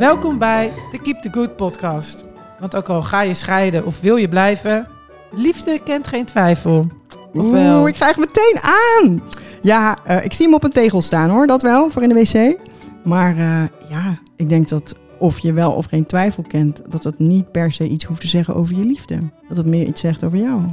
Welkom bij de Keep the Good podcast. Want ook al ga je scheiden of wil je blijven, liefde kent geen twijfel. Ofwel... Oeh, ik krijg meteen aan. Ja, ik zie hem op een tegel staan hoor, dat wel, voor in de wc. Maar ik denk dat of je wel of geen twijfel kent, dat het niet per se iets hoeft te zeggen over je liefde. Dat het meer iets zegt over jou.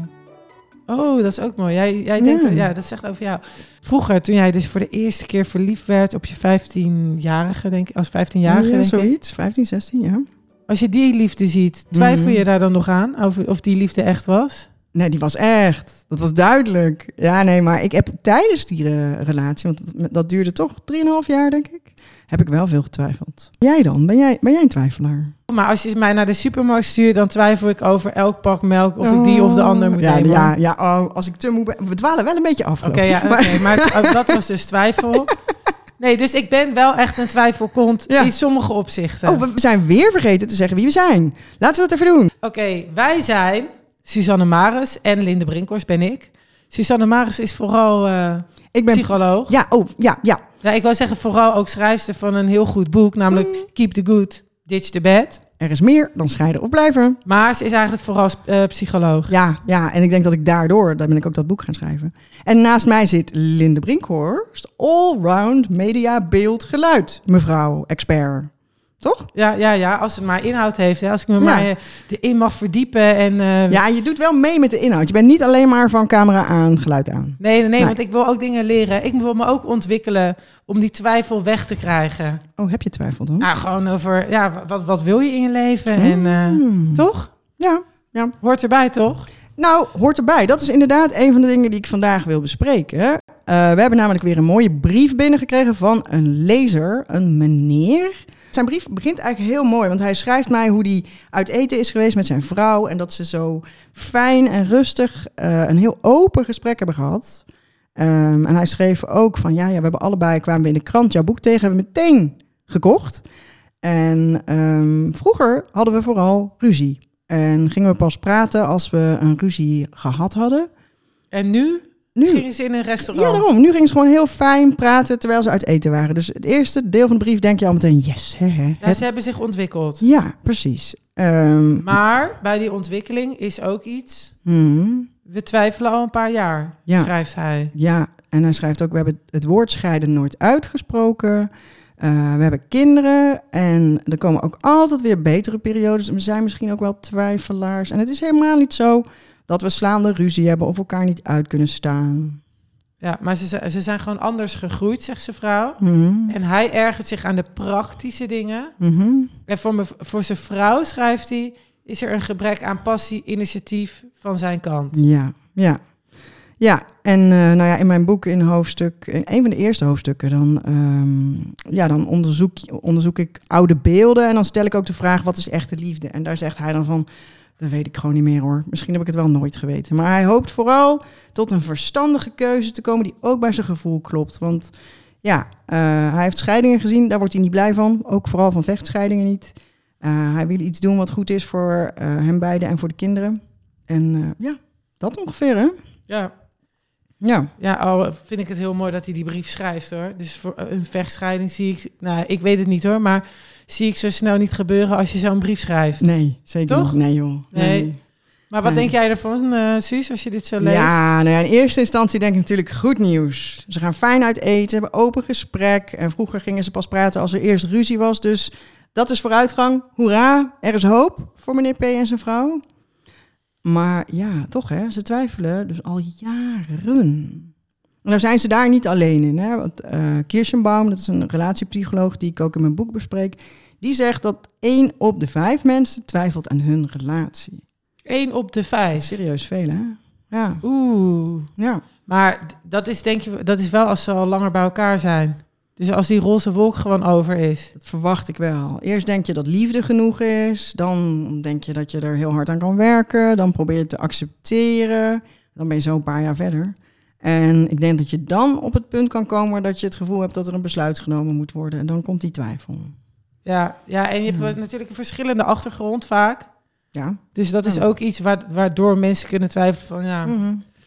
Oh, dat is ook mooi. Jij denkt, dat zegt over jou. Vroeger, toen jij dus voor de eerste keer verliefd werd op je 15-jarige, denk ik, als 15-jarige, denk zoiets, 15, 16, ja. Als je die liefde ziet, twijfel je daar dan nog aan of die liefde echt was? Nee, die was echt. Dat was duidelijk. Ja, nee, maar ik heb tijdens die relatie, want dat duurde toch 3,5 jaar, denk ik, heb ik wel veel getwijfeld. Jij dan? Ben jij een twijfelaar? Maar als je mij naar de supermarkt stuurt, dan twijfel ik over elk pak melk of ik die of de ander moet nemen. Als ik te moe ben. We dwalen wel een beetje af. Maar dat was dus twijfel. Nee, dus ik ben wel echt een twijfelkont in sommige opzichten. Oh, we zijn weer vergeten te zeggen wie we zijn. Laten we het even doen. Oké, wij zijn Suzanne Maris en Linde Brinkhorst ben ik. Suzanne Maris is vooral psycholoog. Ja, Ja, ik wou zeggen vooral ook schrijfster van een heel goed boek, namelijk Keep the Good, Ditch the Bad. Er is meer dan scheiden of blijven. Maar ze is eigenlijk vooral psycholoog. Ja, en ik denk dat ik daar ben ik ook dat boek gaan schrijven. En naast mij zit Linde Brinkhorst, allround media, beeld, geluid, mevrouw, expert. Toch? Ja, als het maar inhoud heeft. Hè? Als ik me maar erin mag verdiepen. En, Ja, je doet wel mee met de inhoud. Je bent niet alleen maar van camera aan, geluid aan. Nee, want ik wil ook dingen leren. Ik wil me ook ontwikkelen om die twijfel weg te krijgen. Oh, heb je twijfel dan? Nou, gewoon over, wat wil je in je leven? En, toch? Ja. Hoort erbij, toch? Nou, hoort erbij. Dat is inderdaad een van de dingen die ik vandaag wil bespreken. We hebben namelijk weer een mooie brief binnengekregen van een lezer, een meneer. Zijn brief begint eigenlijk heel mooi, want hij schrijft mij hoe hij uit eten is geweest met zijn vrouw en dat ze zo fijn en rustig een heel open gesprek hebben gehad. En hij schreef ook van, we hebben allebei, kwamen we in de krant jouw boek tegen, hebben we meteen gekocht. En vroeger hadden we vooral ruzie. En gingen we pas praten als we een ruzie gehad hadden. En nu gingen ze in een restaurant. Ja, daarom. Nu gingen ze gewoon heel fijn praten terwijl ze uit eten waren. Dus het eerste deel van de brief denk je al meteen, yes. Ja, ze hebben zich ontwikkeld. Ja, precies. Maar bij die ontwikkeling is ook iets... We twijfelen al een paar jaar, schrijft hij. Ja, en hij schrijft ook, we hebben het woord scheiden nooit uitgesproken. We hebben kinderen en er komen ook altijd weer betere periodes. We zijn misschien ook wel twijfelaars. En het is helemaal niet zo dat we slaande ruzie hebben of elkaar niet uit kunnen staan. Ja, maar ze zijn gewoon anders gegroeid, zegt zijn vrouw. En hij ergert zich aan de praktische dingen. En voor zijn vrouw, schrijft hij, is er een gebrek aan passie, initiatief van zijn kant. Ja, en in mijn boek in een van de eerste hoofdstukken, dan onderzoek ik oude beelden en dan stel ik ook de vraag, wat is echte liefde? En daar zegt hij dan van, dat weet ik gewoon niet meer hoor. Misschien heb ik het wel nooit geweten. Maar hij hoopt vooral tot een verstandige keuze te komen die ook bij zijn gevoel klopt. Want hij heeft scheidingen gezien, daar wordt hij niet blij van. Ook vooral van vechtscheidingen niet. Hij wil iets doen wat goed is voor hem beiden en voor de kinderen. En dat ongeveer hè. Ja, vind ik het heel mooi dat hij die brief schrijft hoor. Dus voor een vechtscheiding zie ik, ik weet het niet hoor, maar zie ik zo snel niet gebeuren als je zo'n brief schrijft. Nee, zeker toch? Niet. Nee joh. Nee. Maar wat denk jij ervan, Suus, als je dit zo leest? Ja, in eerste instantie denk ik natuurlijk goed nieuws. Ze gaan fijn uit eten, hebben open gesprek. En vroeger gingen ze pas praten als er eerst ruzie was. Dus dat is vooruitgang. Hoera, er is hoop voor meneer P. en zijn vrouw. Maar toch hè, ze twijfelen dus al jaren. En nou zijn ze daar niet alleen in. Hè? Want Kirschenbaum, dat is een relatiepsycholoog die ik ook in mijn boek bespreek, die zegt dat 1 op de 5 mensen twijfelt aan hun relatie. 1 op de 5? Serieus veel, hè? Ja. Oeh. Ja. Maar dat is wel als ze al langer bij elkaar zijn. Dus als die roze wolk gewoon over is. Dat verwacht ik wel. Eerst denk je dat liefde genoeg is. Dan denk je dat je er heel hard aan kan werken. Dan probeer je het te accepteren. Dan ben je zo een paar jaar verder. En ik denk dat je dan op het punt kan komen dat je het gevoel hebt dat er een besluit genomen moet worden. En dan komt die twijfel. Ja, en je hebt natuurlijk een verschillende achtergrond vaak. Ja. Dus dat is ook iets waardoor mensen kunnen twijfelen van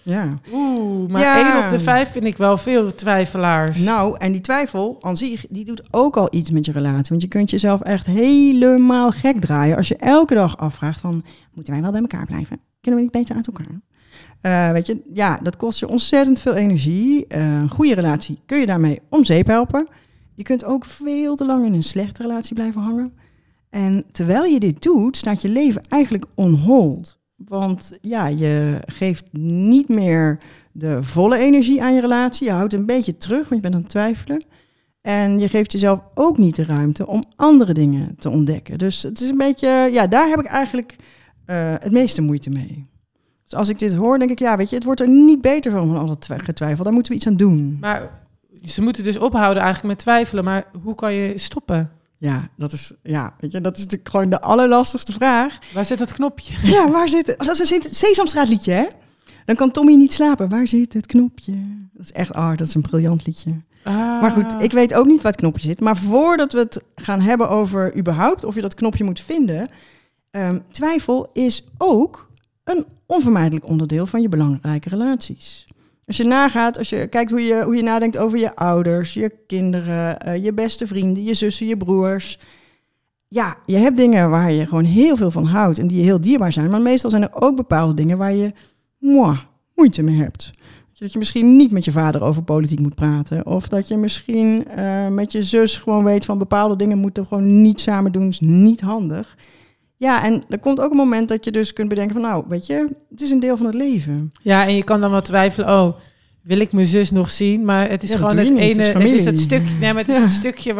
Ja. Maar 1 op de 5 vind ik wel veel twijfelaars. Nou, en die twijfel aan zich, die doet ook al iets met je relatie. Want je kunt jezelf echt helemaal gek draaien als je elke dag afvraagt van, moeten wij wel bij elkaar blijven? Kunnen we niet beter uit elkaar? Weet je, ja, dat kost je ontzettend veel energie. Een goede relatie kun je daarmee om zeep helpen. Je kunt ook veel te lang in een slechte relatie blijven hangen. En terwijl je dit doet, staat je leven eigenlijk on hold. Want ja, je geeft niet meer de volle energie aan je relatie. Je houdt een beetje terug, want je bent aan het twijfelen. En je geeft jezelf ook niet de ruimte om andere dingen te ontdekken. Dus het is een beetje, ja, daar heb ik eigenlijk het meeste moeite mee. Dus als ik dit hoor, denk ik, ja, weet je, het wordt er niet beter van al dat getwijfel. Daar moeten we iets aan doen. Maar ze moeten dus ophouden eigenlijk met twijfelen. Maar hoe kan je stoppen? Ja, dat is natuurlijk gewoon de allerlastigste vraag. Waar zit dat knopje? Ja, waar zit het? Dat is een Sesamstraat liedje, hè? Dan kan Tommy niet slapen. Waar zit het knopje? Dat is echt, dat is een briljant liedje. Maar goed, ik weet ook niet waar het knopje zit. Maar voordat we het gaan hebben over überhaupt of je dat knopje moet vinden, twijfel is ook een onvermijdelijk onderdeel van je belangrijke relaties. Als je nagaat, als je kijkt hoe je nadenkt over je ouders, je kinderen, je beste vrienden, je zussen, je broers. Ja, je hebt dingen waar je gewoon heel veel van houdt en die heel dierbaar zijn. Maar meestal zijn er ook bepaalde dingen waar je moeite mee hebt. Dat je misschien niet met je vader over politiek moet praten. Of dat je misschien met je zus gewoon weet van bepaalde dingen moeten we gewoon niet samen doen. Is niet handig. Ja, en er komt ook een moment dat je dus kunt bedenken van nou, weet je, het is een deel van het leven. Ja, en je kan dan wel twijfelen, wil ik mijn zus nog zien? Maar het is gewoon het ene, het is het stukje, nee, maar het is het stukje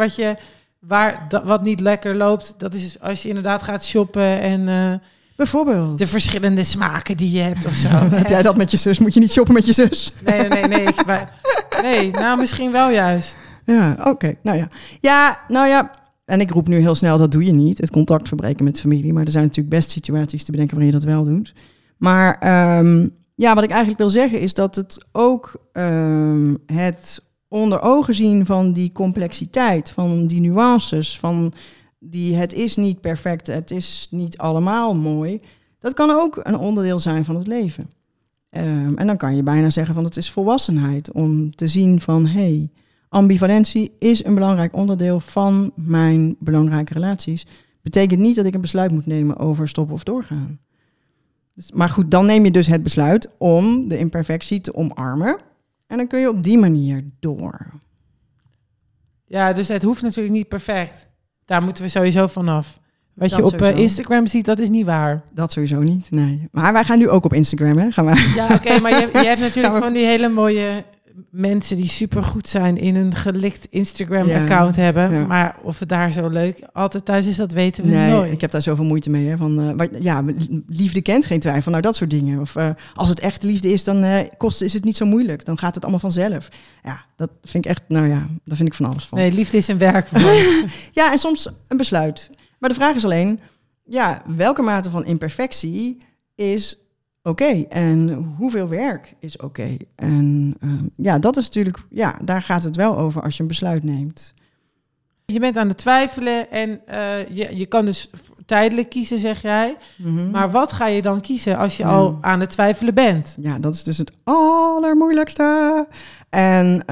wat niet lekker loopt. Dat is als je inderdaad gaat shoppen en bijvoorbeeld de verschillende smaken die je hebt of zo. Heb jij dat met je zus? Moet je niet shoppen met je zus? Nee, nou misschien wel juist. Ja, oké. Nou ja. En ik roep nu heel snel, dat doe je niet. Het contact verbreken met familie. Maar er zijn natuurlijk best situaties te bedenken waarin je dat wel doet. Maar wat ik eigenlijk wil zeggen is dat het ook het onder ogen zien van die complexiteit, van die nuances, van het is niet perfect, het is niet allemaal mooi. Dat kan ook een onderdeel zijn van het leven. En dan kan je bijna zeggen van het is volwassenheid om te zien van ambivalentie is een belangrijk onderdeel van mijn belangrijke relaties. Betekent niet dat ik een besluit moet nemen over stoppen of doorgaan. Maar goed, dan neem je dus het besluit om de imperfectie te omarmen. En dan kun je op die manier door. Ja, dus het hoeft natuurlijk niet perfect. Daar moeten we sowieso vanaf. Wat je op Instagram ziet, dat is niet waar. Dat sowieso niet, nee. Maar wij gaan nu ook op Instagram, hè? Ja, oké, maar je hebt natuurlijk van die hele mooie mensen die supergoed zijn in een gelikt Instagram-account hebben. Ja. Maar of het daar zo leuk altijd thuis is, dat weten we nooit. Ik heb daar zoveel moeite mee. Hè, liefde kent geen twijfel. Nou, dat soort dingen. Of als het echte liefde is, dan is het niet zo moeilijk. Dan gaat het allemaal vanzelf. Ja, dat vind ik echt, daar vind ik van alles van. Nee, liefde is een werk. Ja, en soms een besluit. Maar de vraag is alleen, welke mate van imperfectie is oké. En hoeveel werk is oké? En dat is natuurlijk, daar gaat het wel over als je een besluit neemt. Je bent aan het twijfelen en je kan dus tijdelijk kiezen, zeg jij. Mm-hmm. Maar wat ga je dan kiezen als je al aan het twijfelen bent? Ja, dat is dus het allermoeilijkste. En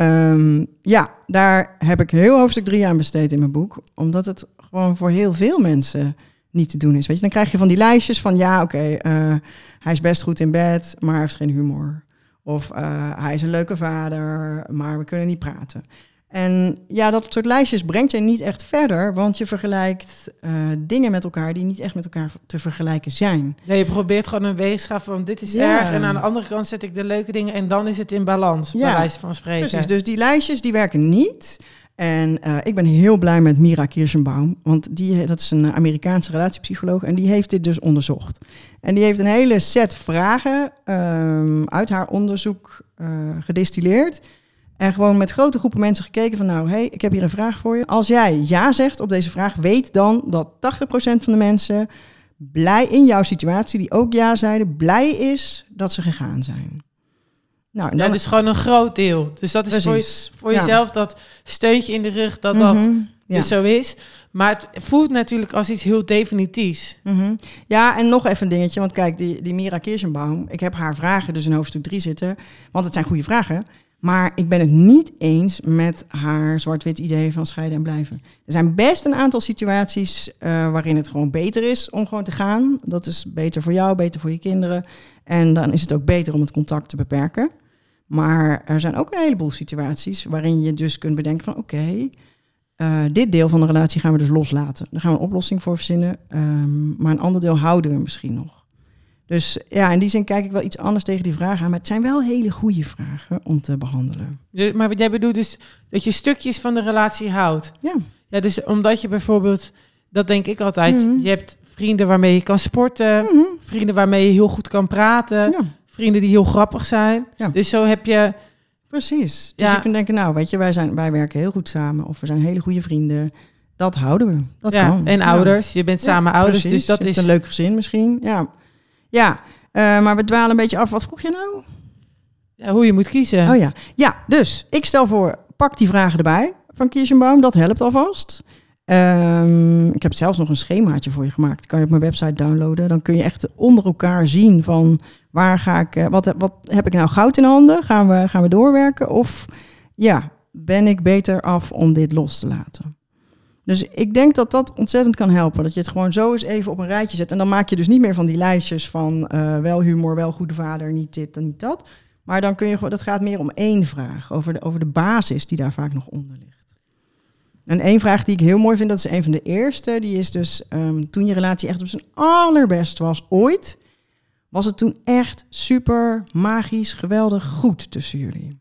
daar heb ik heel hoofdstuk 3 aan besteed in mijn boek. Omdat het gewoon voor heel veel mensen niet te doen is. Weet je, dan krijg je van die lijstjes van hij is best goed in bed, maar hij heeft geen humor. Of hij is een leuke vader, maar we kunnen niet praten. En dat soort lijstjes brengt je niet echt verder, want je vergelijkt dingen met elkaar die niet echt met elkaar te vergelijken zijn. Ja, je probeert gewoon een weegschaal van dit is erg en aan de andere kant zet ik de leuke dingen en dan is het in balans, bij wijze van spreken. Precies, dus die lijstjes die werken niet. En ik ben heel blij met Mira Kirschenbaum, want dat is een Amerikaanse relatiepsycholoog en die heeft dit dus onderzocht. En die heeft een hele set vragen uit haar onderzoek gedistilleerd en gewoon met grote groepen mensen gekeken van ik heb hier een vraag voor je. Als jij ja zegt op deze vraag, weet dan dat 80% van de mensen blij in jouw situatie, die ook ja zeiden, blij is dat ze gegaan zijn. Nou, dus gewoon een groot deel. Dus dat is voor jezelf dat steuntje in de rug, dat dus zo is. Maar het voelt natuurlijk als iets heel definitiefs. Mm-hmm. Ja, en nog even een dingetje. Want kijk, die Mira Kirschenbaum, ik heb haar vragen dus in hoofdstuk 3 zitten. Want het zijn goede vragen. Maar ik ben het niet eens met haar zwart-wit idee van scheiden en blijven. Er zijn best een aantal situaties waarin het gewoon beter is om gewoon te gaan. Dat is beter voor jou, beter voor je kinderen. En dan is het ook beter om het contact te beperken. Maar er zijn ook een heleboel situaties waarin je dus kunt bedenken van oké, dit deel van de relatie gaan we dus loslaten. Daar gaan we een oplossing voor verzinnen. Maar een ander deel houden we misschien nog. Dus ja, in die zin kijk ik wel iets anders tegen die vragen aan. Maar het zijn wel hele goede vragen om te behandelen. Maar wat jij bedoelt dus dat je stukjes van de relatie houdt. Ja. Ja, dus omdat je bijvoorbeeld, dat denk ik altijd, je hebt vrienden waarmee je kan sporten, vrienden waarmee je heel goed kan praten, vrienden die heel grappig zijn. Ja. Dus zo heb je... Precies. Dus je kunt denken, nou weet je, wij werken heel goed samen. Of we zijn hele goede vrienden. Dat houden we. Dat kan. En ouders. Je bent samen ouders. Precies. Dus dat is een leuk gezin misschien. Ja. Maar we dwalen een beetje af. Wat vroeg je nou? Ja, hoe je moet kiezen. Oh ja. Ja, dus ik stel voor, pak die vragen erbij van Kirschenbaum. Dat helpt alvast. Ik heb zelfs nog een schemaatje voor je gemaakt. Dat kan je op mijn website downloaden. Dan kun je echt onder elkaar zien van waar ga ik, wat heb ik nou goud in handen? Gaan we doorwerken? Of ben ik beter af om dit los te laten? Dus ik denk dat dat ontzettend kan helpen. Dat je het gewoon zo eens even op een rijtje zet. En dan maak je dus niet meer van die lijstjes van wel humor, wel goede vader, niet dit en niet dat. Maar dan kun je gewoon, dat gaat meer om één vraag. Over de basis die daar vaak nog onder ligt. En één vraag die ik heel mooi vind, dat is een van de eerste. Die is dus, toen je relatie echt op zijn allerbest was ooit, was het toen echt super magisch, geweldig goed tussen jullie.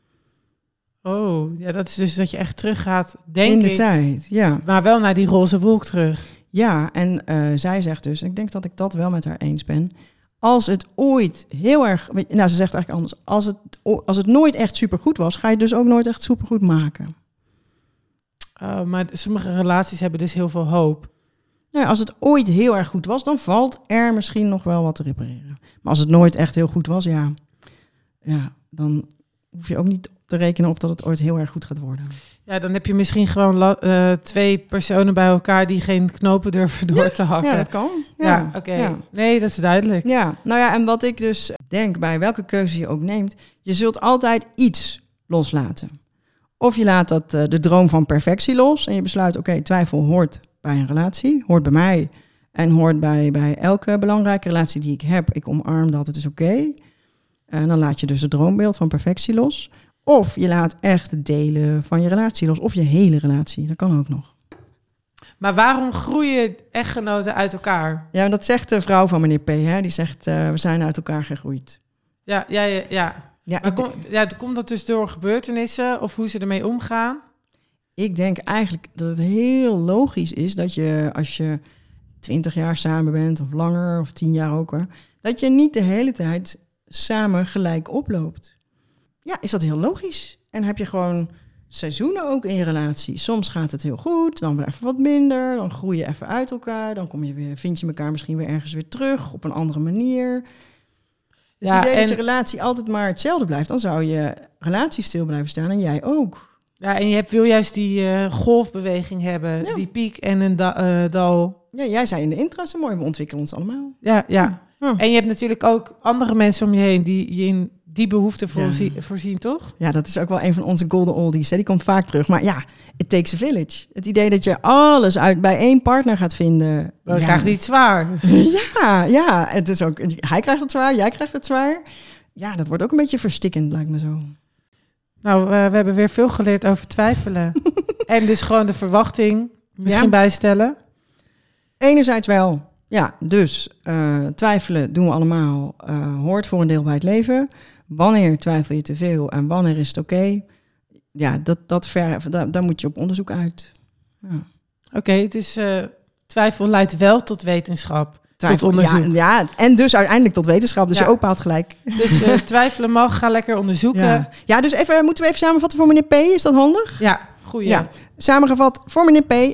Oh, ja, dat is dus dat je echt teruggaat, denk ik. In de tijd, ja. Maar wel naar die roze wolk terug. Ja, en zij zegt dus, en ik denk dat ik dat wel met haar eens ben, als het ooit heel erg, nou ze zegt eigenlijk anders, als het nooit echt supergoed was, ga je het dus ook nooit echt supergoed maken. Oh, maar sommige relaties hebben dus heel veel hoop. Nou, als het ooit heel erg goed was, dan valt er misschien nog wel wat te repareren. Maar als het nooit echt heel goed was, dan hoef je ook niet te rekenen op dat het ooit heel erg goed gaat worden. Ja, dan heb je misschien gewoon 2 personen bij elkaar die geen knopen durven door te hakken. Ja, dat kan. Ja, oké. Ja. Nee, dat is duidelijk. Ja, nou ja, en wat ik dus denk bij welke keuze je ook neemt, je zult altijd iets loslaten. Of je laat dat de droom van perfectie los en je besluit, oké, twijfel hoort bij een relatie, hoort bij mij en hoort bij elke belangrijke relatie die ik heb. Ik omarm dat, het is oké. En dan laat je dus het droombeeld van perfectie los. Of je laat echt delen van je relatie los. Of je hele relatie. Dat kan ook nog. Maar waarom groeien echtgenoten uit elkaar? Ja, dat zegt de vrouw van meneer P. Hè? Die zegt, we zijn uit elkaar gegroeid. Ja. Maar komt dat dus door gebeurtenissen of hoe ze ermee omgaan? Ik denk eigenlijk dat het heel logisch is dat je, als je 20 jaar samen bent, of langer, of 10 jaar ook, dat je niet de hele tijd samen gelijk oploopt. Ja, is dat heel logisch. En heb je gewoon seizoenen ook in je relatie. Soms gaat het heel goed, dan weer even wat minder. Dan groei je even uit elkaar. Dan vind je elkaar misschien weer ergens weer terug op een andere manier. Het idee dat je relatie altijd maar hetzelfde blijft, dan zou je relatie stil blijven staan en jij ook. Ja, en je wil juist die golfbeweging hebben, die piek en een dal. Ja, jij zei in de intro zo mooi, we ontwikkelen ons allemaal. Ja. En je hebt natuurlijk ook andere mensen om je heen die je in die behoefte voorzien, toch? Ja, dat is ook wel een van onze golden oldies. Hè? Die komt vaak terug. Maar ja, it takes a village. Het idee dat je alles bij één partner gaat vinden. Dan krijgt hij het zwaar. Ja. Het is ook, hij krijgt het zwaar, jij krijgt het zwaar. Ja, dat wordt ook een beetje verstikkend, lijkt me zo. Nou, we hebben weer veel geleerd over twijfelen. En dus gewoon de verwachting misschien bijstellen. Enerzijds wel. Ja, dus twijfelen doen we allemaal. Hoort voor een deel bij het leven. Wanneer twijfel je te veel en wanneer is het oké? Ja, daar moet je op onderzoek uit. Ja. Oké, dus twijfel leidt wel tot wetenschap. Tot onderzoek. Ja, en dus uiteindelijk tot wetenschap. Dus je opa had gelijk. Dus twijfelen mag, ga lekker onderzoeken. Ja, dus moeten we even samenvatten voor meneer P. Is dat handig? Ja, goeie. Ja, samengevat voor meneer P.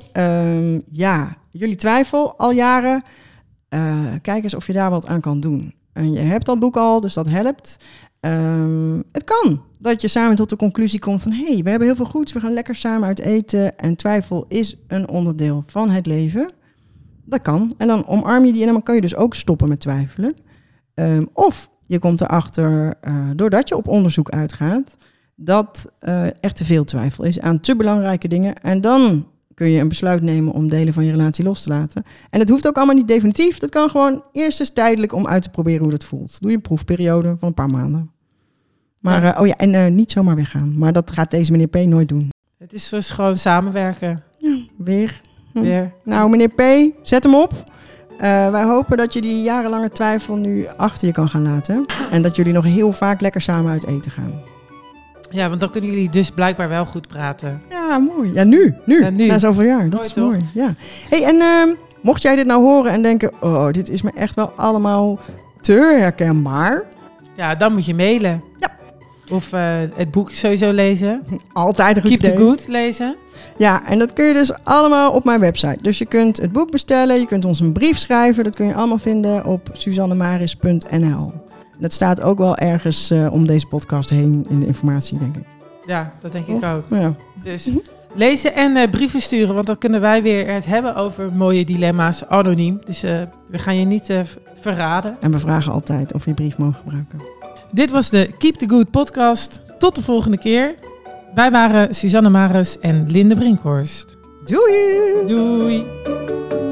Jullie twijfel al jaren. Kijk eens of je daar wat aan kan doen. En je hebt dat boek al, dus dat helpt. Het kan. dat je samen tot de conclusie komt van... hey, we hebben heel veel goeds, we gaan lekker samen uit eten. En twijfel is een onderdeel van het leven. Dat kan. En dan omarm je die en dan kan je dus ook stoppen met twijfelen. Of je komt erachter, doordat je op onderzoek uitgaat... dat er te veel twijfel is aan te belangrijke dingen. En dan kun je een besluit nemen om delen van je relatie los te laten. En het hoeft ook allemaal niet definitief. Dat kan gewoon eerst eens tijdelijk om uit te proberen hoe dat voelt. Doe je een proefperiode van een paar maanden. Maar niet zomaar weggaan. Maar dat gaat deze meneer P. nooit doen. Het is dus gewoon samenwerken. Ja, weer. Nou, meneer P., zet hem op. Wij hopen dat je die jarenlange twijfel nu achter je kan gaan laten. En dat jullie nog heel vaak lekker samen uit eten gaan. Ja, want dan kunnen jullie dus blijkbaar wel goed praten. Ja, mooi. Ja, nu. Na zoveel jaar. Dat is mooi. Ja. Hey, en mocht jij dit nou horen en denken... oh, dit is me echt wel allemaal te herkenbaar. Ja, dan moet je mailen. Ja. Of het boek sowieso lezen. Altijd een goed idee. Keep the Good lezen. Ja, en dat kun je dus allemaal op mijn website. Dus je kunt het boek bestellen, je kunt ons een brief schrijven. Dat kun je allemaal vinden op suzannemaris.nl. Dat staat ook wel ergens om deze podcast heen in de informatie, denk ik. Ja, dat denk ik ook. Ja. Dus lezen en brieven sturen, want dan kunnen wij weer het hebben over mooie dilemma's anoniem. Dus we gaan je niet verraden. En we vragen altijd of we je brief mogen gebruiken. Dit was de Keep the Good podcast. Tot de volgende keer. Wij waren Suzanne Maris en Linde Brinkhorst. Doei! Doei!